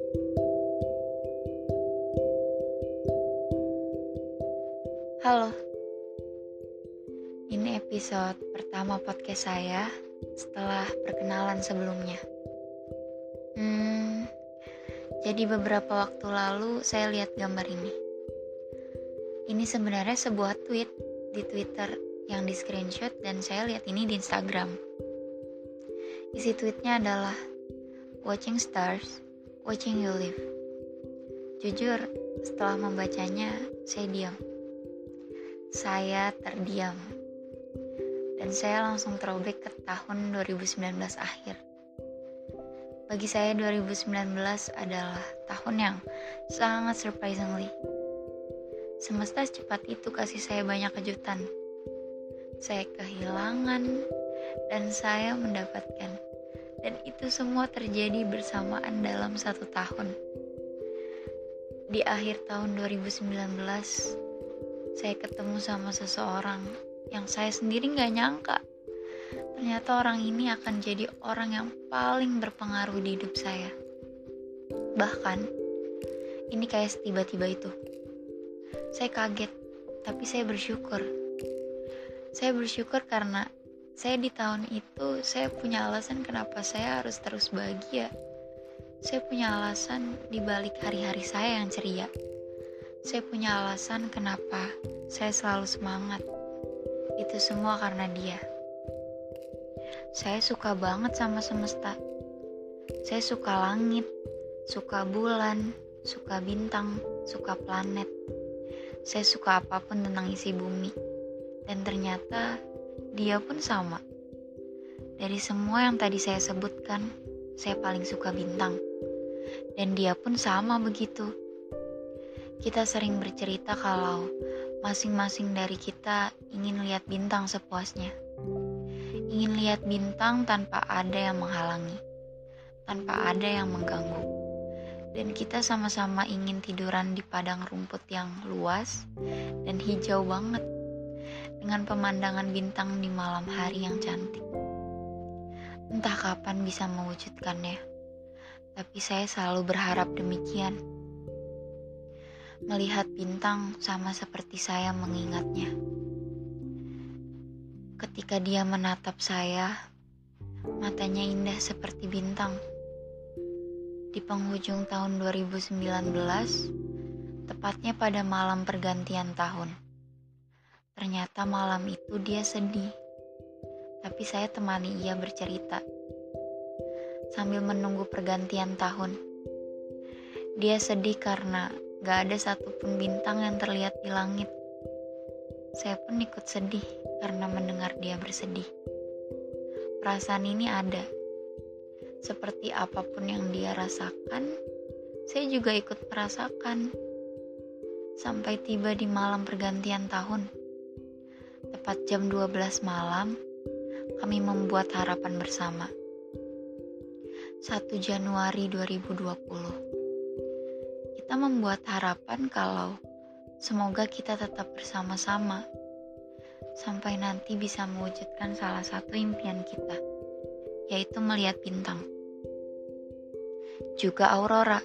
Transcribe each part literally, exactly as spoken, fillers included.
Halo, ini episode pertama podcast saya setelah perkenalan sebelumnya. Hmm, jadi beberapa waktu lalu saya lihat gambar ini. Ini sebenarnya sebuah tweet di Twitter yang di screenshot dan saya lihat ini di Instagram. Isi tweetnya adalah "Watching stars, watching you live." Jujur, setelah membacanya saya diam. Saya terdiam dan saya langsung throwback ke tahun dua ribu sembilan belas akhir. Bagi saya dua ribu sembilan belas adalah tahun yang sangat surprisingly. Semesta secepat itu kasih saya banyak kejutan. Saya kehilangan dan saya mendapatkan. Dan itu semua terjadi bersamaan dalam satu tahun. Di akhir tahun dua ribu sembilan belas saya ketemu sama seseorang yang saya sendiri gak nyangka. Ternyata orang ini akan jadi orang yang paling berpengaruh di hidup saya. Bahkan, ini kayak tiba-tiba itu. Saya kaget, tapi saya bersyukur. Saya bersyukur karena saya di tahun itu, saya punya alasan kenapa saya harus terus bahagia. Saya punya alasan di balik hari-hari saya yang ceria. Saya punya alasan kenapa saya selalu semangat. Itu semua karena dia. Saya suka banget sama semesta. Saya suka langit, suka bulan, suka bintang, suka planet. Saya suka apapun tentang isi bumi. Dan ternyata dia pun sama. Dari semua yang tadi saya sebutkan, saya paling suka bintang. Dan dia pun sama begitu. Kita sering bercerita kalau masing-masing dari kita ingin lihat bintang sepuasnya. Ingin lihat bintang tanpa ada yang menghalangi, tanpa ada yang mengganggu. Dan kita sama-sama ingin tiduran di padang rumput yang luas dan hijau banget, dengan pemandangan bintang di malam hari yang cantik. Entah kapan bisa mewujudkannya, tapi saya selalu berharap demikian. Melihat bintang sama seperti saya mengingatnya. Ketika dia menatap saya, matanya indah seperti bintang. Di penghujung tahun dua ribu sembilan belas, tepatnya pada malam pergantian tahun. Ternyata malam itu dia sedih, tapi saya temani ia bercerita. Sambil menunggu pergantian tahun, dia sedih karena gak ada satupun bintang yang terlihat di langit. Saya pun ikut sedih karena mendengar dia bersedih. Perasaan ini ada. Seperti apapun yang dia rasakan, saya juga ikut merasakan. Sampai tiba di malam pergantian tahun. Tepat jam dua belas malam, kami membuat harapan bersama. satu Januari dua ribu dua puluh. Kita membuat harapan kalau semoga kita tetap bersama-sama sampai nanti bisa mewujudkan salah satu impian kita, yaitu melihat bintang, juga aurora.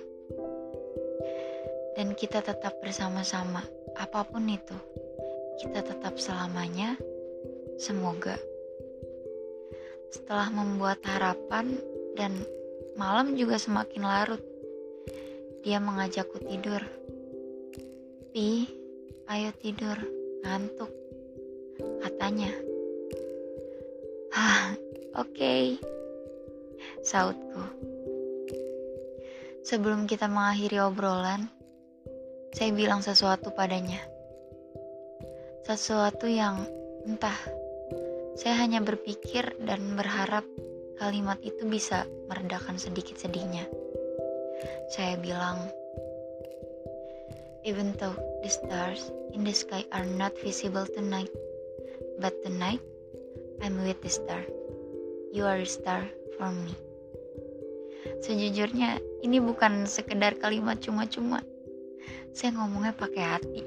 Dan kita tetap bersama-sama, apapun itu, kita tetap selamanya, semoga. Setelah membuat harapan dan malam juga semakin larut, dia mengajakku tidur. "Pi, ayo tidur, ngantuk," katanya. "Hah, oke," okay, sautku. Sebelum kita mengakhiri obrolan, saya bilang sesuatu padanya. Sesuatu yang entah, saya hanya berpikir dan berharap kalimat itu bisa meredakan sedikit sedihnya. Saya bilang, "Even though the stars in the sky are not visible tonight, but tonight I'm with the star. You are a star for me." Sejujurnya ini bukan sekedar kalimat cuma-cuma. Saya ngomongnya pakai hati.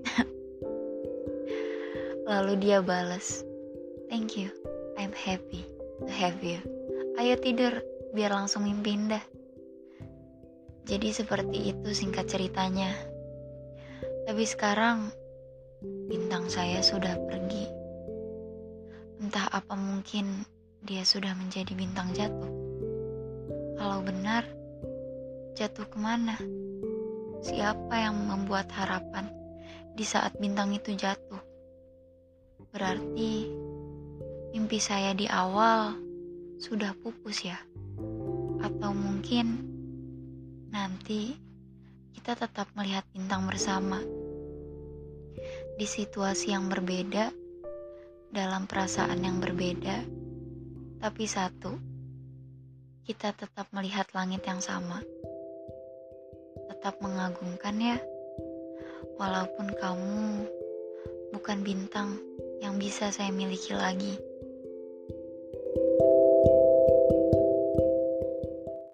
Lalu dia balas, "Thank you, I'm happy to have you. Ayo tidur, biar langsung mimpi indah." Jadi seperti itu singkat ceritanya. Tapi sekarang bintang saya sudah pergi. Entah apa mungkin dia sudah menjadi bintang jatuh. Kalau benar, jatuh kemana? Siapa yang membuat harapan di saat bintang itu jatuh? Berarti mimpi saya di awal sudah pupus ya? Atau mungkin nanti kita tetap melihat bintang bersama di situasi yang berbeda, dalam perasaan yang berbeda, tapi satu, kita tetap melihat langit yang sama. Tetap mengagumkan ya, walaupun kamu bukan bintang yang bisa saya miliki lagi.